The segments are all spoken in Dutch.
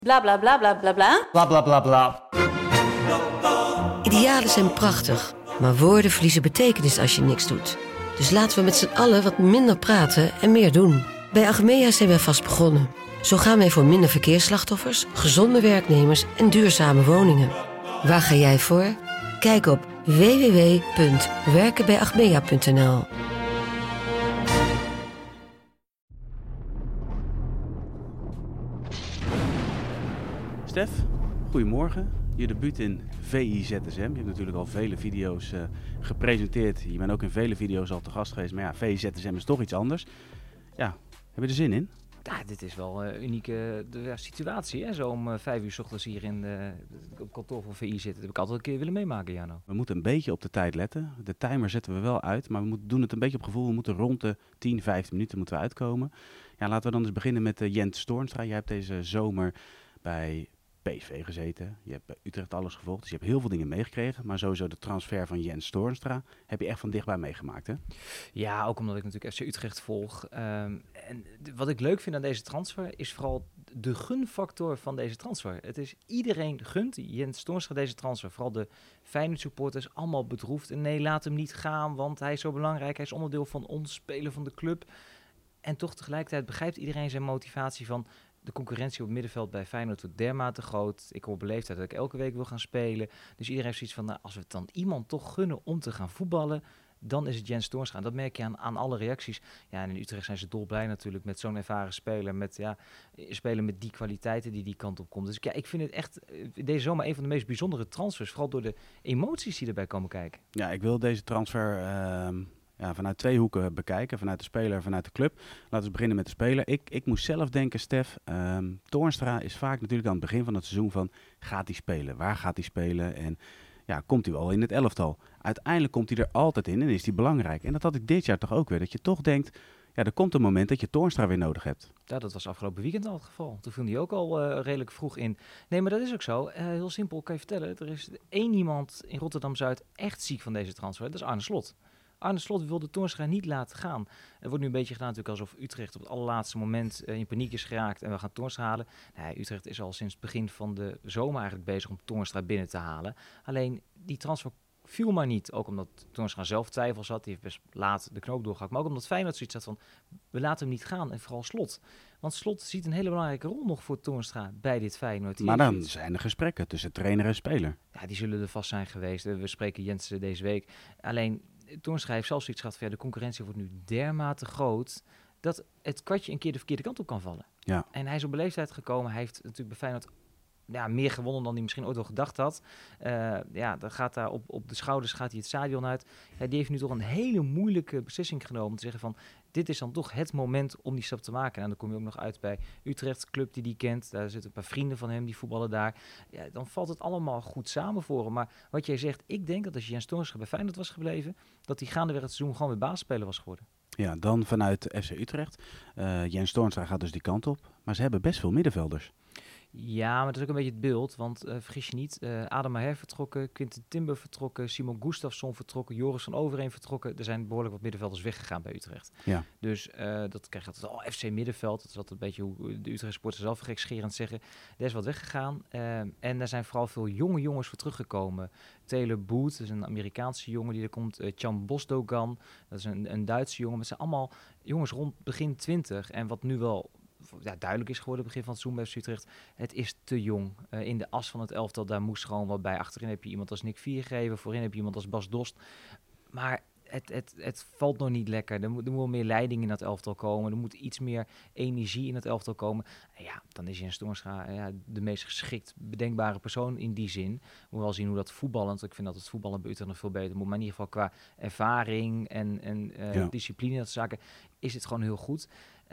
Bla bla bla bla bla bla. Bla bla bla bla. Idealen zijn prachtig, maar woorden verliezen betekenis als je niks doet. Dus laten we met z'n allen wat minder praten en meer doen. Bij Achmea zijn wij vast begonnen. Zo gaan wij voor minder verkeersslachtoffers, gezonde werknemers en duurzame woningen. Waar ga jij voor? Kijk op www.werkenbijachmea.nl. Stef, goedemorgen. Je debuut in VIZSM. Je hebt natuurlijk al vele video's gepresenteerd. Je bent ook in vele video's al te gast geweest. Maar ja, VIZSM is toch iets anders. Ja, heb je er zin in? Ja, dit is wel een unieke situatie. Hè? Zo om 5 uur 's ochtends hier op kantoor van VI zitten. Dat heb ik altijd een keer willen meemaken, Jano. We moeten een beetje op de tijd letten. De timer zetten we wel uit, maar we doen het een beetje op gevoel. We moeten rond de 10, 15 minuten moeten we uitkomen. Ja, laten we dan eens beginnen met Jens Toornstra. Jij hebt deze zomer bij PSV gezeten. Je hebt bij Utrecht alles gevolgd, dus je hebt heel veel dingen meegekregen. Maar sowieso de transfer van Jens Toornstra heb je echt van dichtbij meegemaakt, hè? Ja, ook omdat ik natuurlijk FC Utrecht volg. Wat ik leuk vind aan deze transfer is vooral de gunfactor van deze transfer. Het is iedereen gunt Jens Toornstra deze transfer. Vooral de Feyenoord supporters, allemaal bedroefd. En nee, laat hem niet gaan, want hij is zo belangrijk. Hij is onderdeel van ons, speler van de club. En toch tegelijkertijd begrijpt iedereen zijn motivatie van de concurrentie op het middenveld bij Feyenoord wordt dermate groot. Ik kom op een leeftijd dat ik elke week wil gaan spelen. Dus iedereen heeft zoiets van, nou, als we het dan iemand toch gunnen om te gaan voetballen, dan is het Jens Toornstra. En dat merk je aan alle reacties. Ja, en in Utrecht zijn ze dolblij natuurlijk met zo'n ervaren speler. Met spelen met die kwaliteiten die kant op komt. Dus ja, ik vind het echt deze zomer een van de meest bijzondere transfers. Vooral door de emoties die erbij komen kijken. Ja, ik wil deze transfer vanuit twee hoeken bekijken. Vanuit de speler en vanuit de club. Laten we beginnen met de speler. Ik moest zelf denken, Stef, Toornstra is vaak natuurlijk aan het begin van het seizoen van, gaat hij spelen? Waar gaat hij spelen? En ja, komt hij wel in het elftal? Uiteindelijk komt hij er altijd in en is hij belangrijk. En dat had ik dit jaar toch ook weer. Dat je toch denkt, ja, er komt een moment dat je Toornstra weer nodig hebt. Ja, dat was afgelopen weekend al het geval. Toen viel hij ook al redelijk vroeg in. Nee, maar dat is ook zo. Heel simpel kan je vertellen. Er is één iemand in Rotterdam-Zuid echt ziek van deze transfer. Dat is Arne Slot. Arne Slot wilde Toornstra niet laten gaan. Er wordt nu een beetje gedaan natuurlijk alsof Utrecht op het allerlaatste moment in paniek is geraakt en we gaan Toornstra halen. Nee, Utrecht is al sinds het begin van de zomer eigenlijk bezig om Toornstra binnen te halen. Alleen die transfer viel maar niet. Ook omdat Toornstra zelf twijfels had. Die heeft best laat de knoop doorgehakt. Maar ook omdat Feyenoord zoiets had van, we laten hem niet gaan. En vooral Slot. Want Slot ziet een hele belangrijke rol nog voor Toornstra bij dit Feyenoord. Maar dan zijn er gesprekken tussen trainer en speler. Ja, die zullen er vast zijn geweest. We spreken Jens deze week. Alleen Toornstra heeft zelfs iets gehad van, de concurrentie wordt nu dermate groot dat het kwartje een keer de verkeerde kant op kan vallen. Ja. En hij is op beleefdheid gekomen. Hij heeft natuurlijk bij Feyenoord meer gewonnen dan hij misschien ooit wel gedacht had. Dan gaat daar op de schouders gaat hij het stadion uit. Die heeft nu toch een hele moeilijke beslissing genomen. Om te zeggen van, dit is dan toch het moment om die stap te maken. En dan kom je ook nog uit bij Utrecht, club die kent. Daar zitten een paar vrienden van hem, die voetballen daar. Ja, dan valt het allemaal goed samen voor hem. Maar wat jij zegt, ik denk dat als Jens Toornstra bij Feyenoord was gebleven, dat hij gaandeweg het seizoen gewoon weer basisspeler was geworden. Ja, dan vanuit FC Utrecht. Jens Toornstra gaat dus die kant op. Maar ze hebben best veel middenvelders. Ja, maar dat is ook een beetje het beeld, want vergis je niet, Adam Maher vertrokken, Quinten Timber vertrokken, Simon Gustafsson vertrokken, Joris van Overeen vertrokken. Er zijn behoorlijk wat middenvelders weggegaan bij Utrecht. Ja. Dus dat krijg je altijd FC middenveld. Dat is altijd een beetje hoe de Utrecht supporters zelf gekscherend zeggen. Er is wat weggegaan en er zijn vooral veel jonge jongens voor teruggekomen. Taylor Booth, dat is een Amerikaanse jongen die er komt. Can Bosdogan, dat is een Duitse jongen. Het zijn allemaal jongens rond begin 20 en wat nu wel duidelijk is geworden begin van het seizoen bij Utrecht. Het is te jong. In de as van het elftal, daar moest gewoon wat bij. Achterin heb je iemand als Nick Viergever. Voorin heb je iemand als Bas Dost. Maar het valt nog niet lekker. Er moet wel meer leiding in dat elftal komen. Er moet iets meer energie in het elftal komen. En ja, dan is Jens Toornstra de meest geschikt bedenkbare persoon in die zin. We moeten wel zien hoe dat voetballend. Ik vind dat het voetballen bij Utrecht nog veel beter moet. Maar in ieder geval qua ervaring en discipline, dat zaken, is het gewoon heel goed.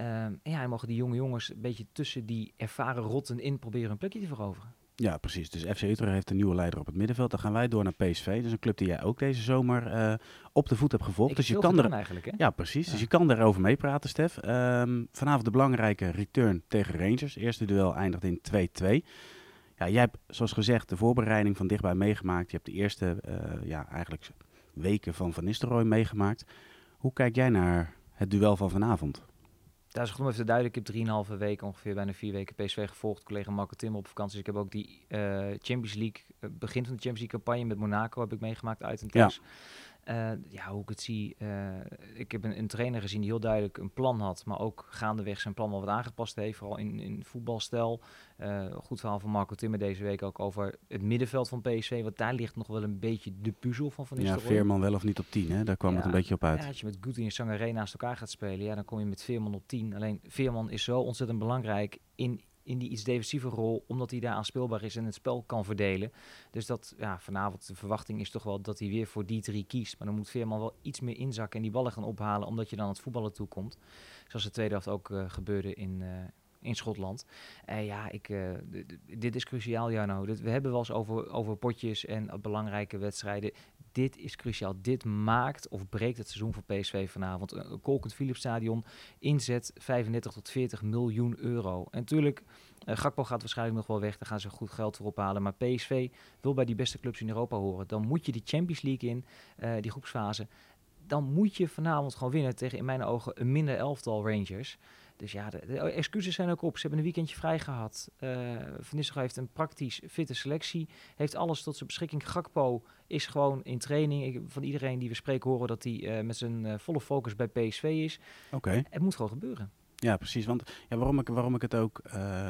En mogen die jonge jongens een beetje tussen die ervaren rotten in proberen een plekje te veroveren. Ja, precies. Dus FC Utrecht heeft een nieuwe leider op het middenveld. Dan gaan wij door naar PSV. Dus een club die jij ook deze zomer op de voet hebt gevolgd. Dus je kan eigenlijk, hè? Ja, precies. Ja. Dus je kan daarover meepraten, Stef. Vanavond de belangrijke return tegen Rangers. Eerste duel eindigt in 2-2. Ja, jij hebt, zoals gezegd, de voorbereiding van dichtbij meegemaakt. Je hebt de eerste eigenlijk weken van Nistelrooy meegemaakt. Hoe kijk jij naar het duel van vanavond? Daar is het om even te duiden. Ik heb 3,5 weken, ongeveer bijna 4 weken PSV gevolgd. Collega Marco Timmer op vakantie. Dus ik heb ook die Champions League, begin van de Champions League campagne met Monaco heb ik meegemaakt uit en thuis. Hoe ik het zie. Ik heb een trainer gezien die heel duidelijk een plan had, maar ook gaandeweg zijn plan wel wat aangepast heeft. Vooral in voetbalstijl. Goed verhaal van Marco Timmer deze week ook over het middenveld van PSV. Want daar ligt nog wel een beetje de puzzel van Nistelrooy. Ja, Veerman wel of niet op 10, hè? Daar kwam het een beetje op uit. Ja, als je met Guti en Sangaré naast elkaar gaat spelen, dan kom je met Veerman op 10. Alleen Veerman is zo ontzettend belangrijk in die iets defensieve rol, omdat hij daar aan speelbaar is en het spel kan verdelen. Dus dat, vanavond de verwachting is toch wel dat hij weer voor die 3 kiest. Maar dan moet Veerman wel iets meer inzakken en die ballen gaan ophalen, omdat je dan het voetballen toekomt. Zoals de tweede helft ook gebeurde in Schotland. Dit is cruciaal, Jarno. We hebben wel eens over potjes en belangrijke wedstrijden. Dit is cruciaal. Dit maakt of breekt het seizoen voor PSV vanavond. Een kolkend Philipsstadion, inzet 35 tot 40 miljoen euro. En natuurlijk, Gakpo gaat waarschijnlijk nog wel weg. Daar gaan ze goed geld voor ophalen. Maar PSV wil bij die beste clubs in Europa horen. Dan moet je die Champions League in, die groepsfase. Dan moet je vanavond gewoon winnen tegen, in mijn ogen, een minder elftal Rangers. Dus ja, de excuses zijn ook op. Ze hebben een weekendje vrij gehad. Van Nistelrooy heeft een praktisch fitte selectie. Heeft alles tot zijn beschikking. Gakpo is gewoon in training. Van iedereen die we spreken horen dat hij met zijn volle focus bij PSV is. Oké. Het moet gewoon gebeuren. Ja, precies. Want waarom ik het ook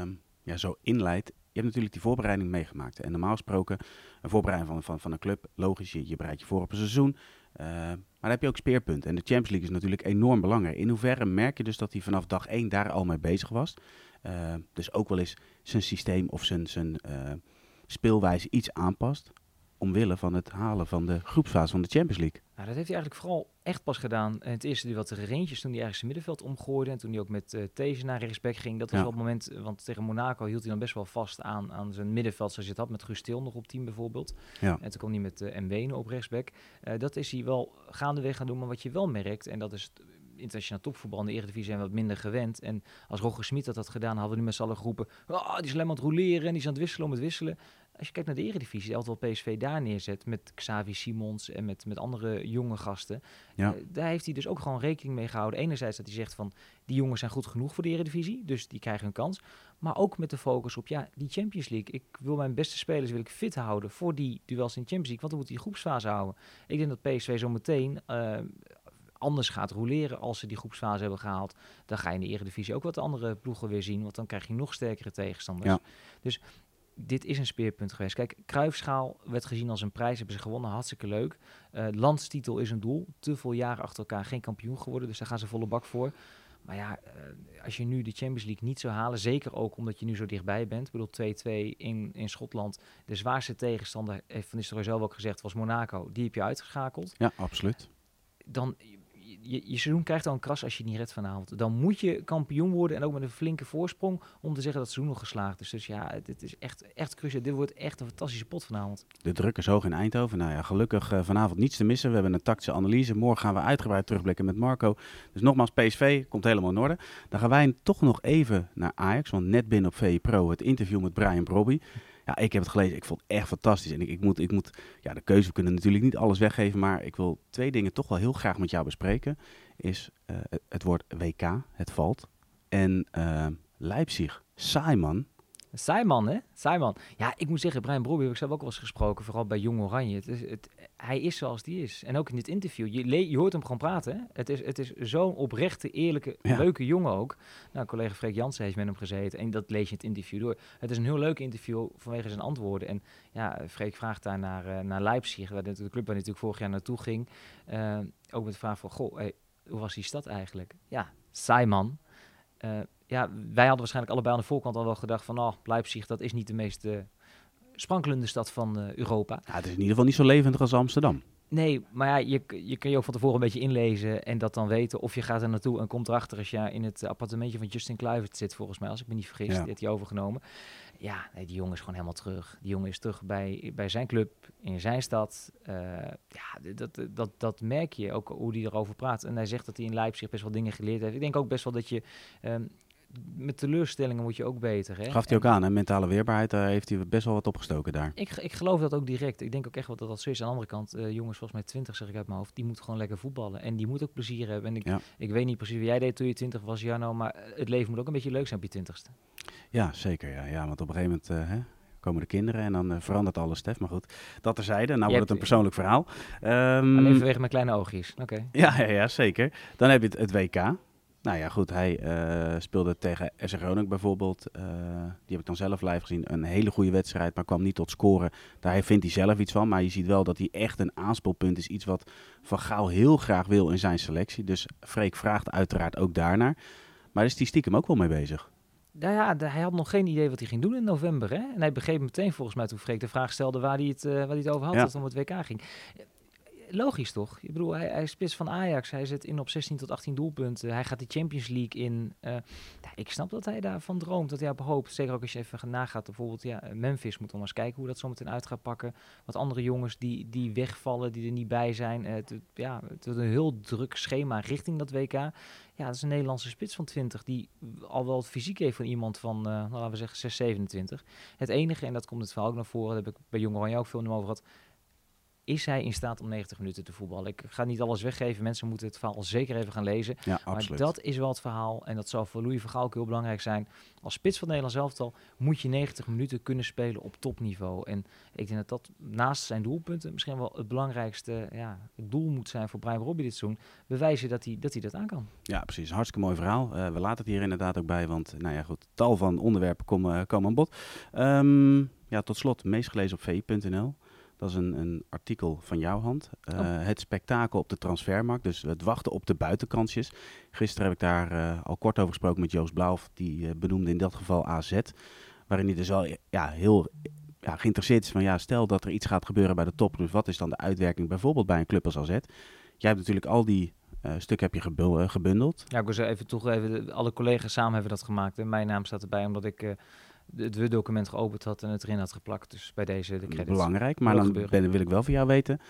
zo inleid. Je hebt natuurlijk die voorbereiding meegemaakt. En normaal gesproken, een voorbereiding van een club, logisch, je bereidt je voor op een seizoen. Maar dan heb je ook speerpunten. En de Champions League is natuurlijk enorm belangrijk. In hoeverre merk je dus dat hij vanaf dag 1 daar al mee bezig was? Dus ook wel eens zijn systeem of zijn speelwijze iets aanpast, omwille van het halen van de groepsfase van de Champions League. Nou, dat heeft hij eigenlijk vooral echt pas gedaan. En het eerste duel tegen Rangers, toen hij ergens zijn middenveld omgooide. En toen hij ook met These naar rechtsback ging. Dat was wel het moment, want tegen Monaco hield hij dan best wel vast aan zijn middenveld. Zoals je het had met Guus Til nog op 10 bijvoorbeeld. Ja. En toen kwam hij met Mbene op rechtsback. Dat is hij wel gaandeweg gaan doen. Maar wat je wel merkt, en dat is internationaal topvoetbal in de Eredivisie zijn we wat minder gewend. En als Roger Smit dat had gedaan, hadden we nu met z'n allen geroepen, die is alleen maar aan het roleren en die is aan het wisselen om het wisselen. Als je kijkt naar de Eredivisie, elftal PSV daar neerzet met Xavi Simons en met andere jonge gasten. Daar heeft hij dus ook gewoon rekening mee gehouden. Enerzijds dat hij zegt van, die jongens zijn goed genoeg voor de Eredivisie, dus die krijgen een kans. Maar ook met de focus op, die Champions League. Ik wil mijn beste spelers fit houden voor die duels in de Champions League, want dan moet die groepsfase houden. Ik denk dat PSV zo meteen anders gaat roleren als ze die groepsfase hebben gehaald. Dan ga je in de Eredivisie ook wat andere ploegen weer zien, want dan krijg je nog sterkere tegenstanders. Ja. Dus dit is een speerpunt geweest. Kijk, Cruijffschaal werd gezien als een prijs, hebben ze gewonnen, hartstikke leuk. Landstitel is een doel. Te veel jaren achter elkaar geen kampioen geworden, dus daar gaan ze volle bak voor. Maar als je nu de Champions League niet zou halen, zeker ook omdat je nu zo dichtbij bent. Ik bedoel, 2-2 in Schotland. De zwaarste tegenstander, heeft Van Nistelrooy zelf ook gezegd, was Monaco. Die heb je uitgeschakeld. Ja, absoluut. Dan je seizoen krijgt al een kras als je het niet redt vanavond. Dan moet je kampioen worden en ook met een flinke voorsprong om te zeggen dat het seizoen nog geslaagd is. Dus dit is echt cruciaal. Dit wordt echt een fantastische pot vanavond. De druk is hoog in Eindhoven. Nou ja, gelukkig vanavond niets te missen. We hebben een tactische analyse. Morgen gaan we uitgebreid terugblikken met Marco. Dus nogmaals, PSV komt helemaal in orde. Dan gaan wij toch nog even naar Ajax, want net binnen op VE Pro het interview met Brian Brobby. Ja, ik heb het gelezen. Ik vond het echt fantastisch. En ik moet de keuze, we kunnen natuurlijk niet alles weggeven, maar ik wil 2 dingen toch wel heel graag met jou bespreken. Is het woord WK, het valt. En Leipzig, saai man. Saaiman, hè? Saaiman. Ja, ik moet zeggen, Brian Brobby heb ik zelf ook wel eens gesproken, vooral bij Jong Oranje. Hij is zoals die is. En ook in dit interview. Je hoort hem gewoon praten, hè? Het is zo'n oprechte, eerlijke, leuke jongen ook. Nou, collega Freek Jansen heeft met hem gezeten en dat lees je in het interview door. Het is een heel leuk interview vanwege zijn antwoorden. En ja, Freek vraagt daar naar Leipzig, waar de club waar hij natuurlijk vorig jaar naartoe ging. Ook met de vraag van, hoe was die stad eigenlijk? Ja, saai man. Wij hadden waarschijnlijk allebei aan de voorkant al wel gedacht van, Leipzig, dat is niet de meest sprankelende stad van Europa. Ja, het is in ieder geval niet zo levendig als Amsterdam. Nee, maar je kan je ook van tevoren een beetje inlezen en dat dan weten. Of je gaat er naartoe en komt erachter als je in het appartementje van Justin Kluivert zit, volgens mij, als ik me niet vergis. Die heeft hij overgenomen. Ja, nee, die jongen is gewoon helemaal terug. Die jongen is terug bij zijn club, in zijn stad. Dat merk je ook hoe hij erover praat. En hij zegt dat hij in Leipzig best wel dingen geleerd heeft. Ik denk ook best wel dat je met teleurstellingen moet je ook beter. Hè? Gaf hij ook aan, hè? Mentale weerbaarheid, daar heeft hij best wel wat opgestoken daar. Ik geloof dat ook direct. Ik denk ook echt wel dat zo is. Aan de andere kant, jongens volgens mij 20 zeg ik uit mijn hoofd, die moeten gewoon lekker voetballen. En die moeten ook plezier hebben. En ik weet niet precies wat jij deed toen je 20 was, Jarno, maar het leven moet ook een beetje leuk zijn op je 20ste. Ja, zeker. Ja, want op een gegeven moment komen de kinderen en dan verandert alles, Stef. Maar goed, dat terzijde. Nou wordt het een persoonlijk verhaal. Alleen vanwege mijn kleine oogjes. Okay. Ja, zeker. Dan heb je het WK. Nou ja, goed, hij speelde tegen SC Groningen bijvoorbeeld. Die heb ik dan zelf live gezien. Een hele goede wedstrijd, maar kwam niet tot scoren. Daar vindt hij zelf iets van. Maar je ziet wel dat hij echt een aanspeelpunt is. Iets wat Van Gaal heel graag wil in zijn selectie. Dus Freek vraagt uiteraard ook daarnaar. Maar is die stiekem ook wel mee bezig? Nou ja, hij had nog geen idee wat hij ging doen in november. Hè? En hij begreep meteen volgens mij toen Freek de vraag stelde waar hij het over had. Als het om het WK ging. Logisch toch? Ik bedoel, hij is spits van Ajax. Hij zit in op 16 tot 18 doelpunten. Hij gaat de Champions League in. Ik snap dat hij daarvan droomt, dat hij op hoopt. Zeker ook als je even nagaat. Bijvoorbeeld, Memphis moet dan eens kijken hoe dat zo meteen uit gaat pakken. Wat andere jongens die wegvallen, die er niet bij zijn. Het is een heel druk schema richting dat WK. Ja, dat is een Nederlandse spits van 20 die al wel het fysiek heeft van iemand van, laten we zeggen, 6, 27. Het enige, en dat komt het verhaal ook naar voren, dat heb ik bij Jong Oranje ook veel over gehad. Is hij in staat om 90 minuten te voetballen? Ik ga niet alles weggeven. Mensen moeten het verhaal zeker even gaan lezen. Ja, maar absoluut. dat is wel het verhaal. En dat zal voor Louis van Gaal ook heel belangrijk zijn. Als spits van het Nederlands elftal moet je 90 minuten kunnen spelen op topniveau. En ik denk dat naast zijn doelpunten misschien wel het belangrijkste doel moet zijn voor Brian Robbie dit seizoen. Bewijzen dat hij dat aan kan. Ja, precies. Hartstikke mooi verhaal. We laten het hier inderdaad ook bij. Want tal van onderwerpen komen aan bod. Tot slot, meest gelezen op vi.nl. Dat is een artikel van jouw hand. Het spektakel op de transfermarkt. Dus het wachten op de buitenkansjes. Gisteren heb ik daar al kort over gesproken met Joost Blauw. Die benoemde in dat geval AZ. Waarin hij dus wel heel geïnteresseerd is van stel dat er iets gaat gebeuren bij de top. Dus wat is dan de uitwerking bijvoorbeeld bij een club als AZ? Jij hebt natuurlijk al die stukken heb je gebundeld. Ja, ik wil even toegeven. Alle collega's samen hebben dat gemaakt. En mijn naam staat erbij omdat ik het Word-document geopend had en het erin had geplakt. Dus bij deze de credits. Belangrijk, maar dan wil ik wel van jou weten.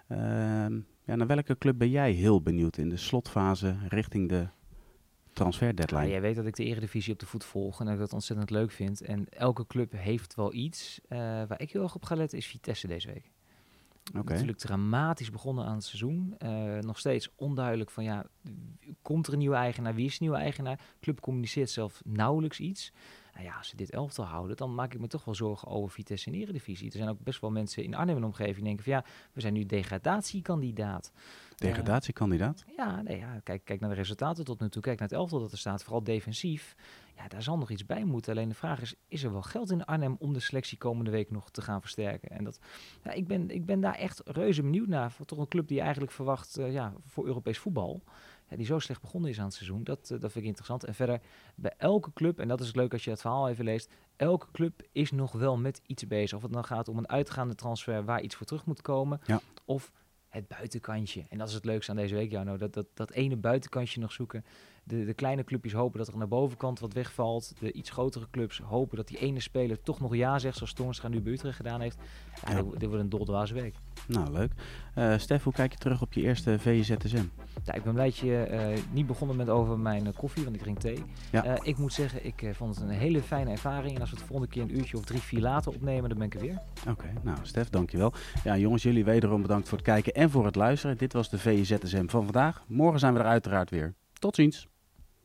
Naar welke club ben jij heel benieuwd in de slotfase richting de transfer deadline? Ja, jij weet dat ik de Eredivisie op de voet volg en dat ik dat ontzettend leuk vind. En elke club heeft wel iets. Waar ik heel erg op ga letten is Vitesse deze week. Natuurlijk dramatisch begonnen aan het seizoen. Nog steeds onduidelijk van komt er een nieuwe eigenaar? Wie is de nieuwe eigenaar? De club communiceert zelf nauwelijks iets. Als ze dit elftal houden, dan maak ik me toch wel zorgen over Vitesse in de Eredivisie. Er zijn ook best wel mensen in Arnhem en omgeving die denken van we zijn nu degradatiekandidaat. Degradatiekandidaat? Kijk naar de resultaten tot nu toe. Kijk naar het elftal dat er staat, vooral defensief. Ja, daar zal nog iets bij moeten. Alleen de vraag is er wel geld in Arnhem om de selectie komende week nog te gaan versterken? En ik ben daar echt reuze benieuwd naar. Voor toch een club die je eigenlijk verwacht voor Europees voetbal. Die zo slecht begonnen is aan het seizoen. Dat vind ik interessant. En verder, bij elke club, en dat is het leuk als je het verhaal even leest, elke club is nog wel met iets bezig. Of het dan gaat om een uitgaande transfer waar iets voor terug moet komen. Ja. Of het buitenkantje. En dat is het leukste aan deze week, Jarno. Dat ene buitenkantje nog zoeken. De kleine clubjes hopen dat er aan de bovenkant wat wegvalt. De iets grotere clubs hopen dat die ene speler toch nog ja zegt, zoals Toornstra nu bij Utrecht gedaan heeft. Dit wordt een doldwaze week. Nou, leuk. Stef, hoe kijk je terug op je eerste VZSM? Ja, ik ben blij dat je niet begonnen met over mijn koffie, want ik drink thee. Ja. Ik moet zeggen, ik vond het een hele fijne ervaring. En als we het volgende keer een uurtje of 3, 4 later opnemen, dan ben ik er weer. Oké, nou Stef, dankjewel. Ja, jongens, jullie wederom bedankt voor het kijken en voor het luisteren. Dit was de VZSM van vandaag. Morgen zijn we er uiteraard weer. Tot ziens.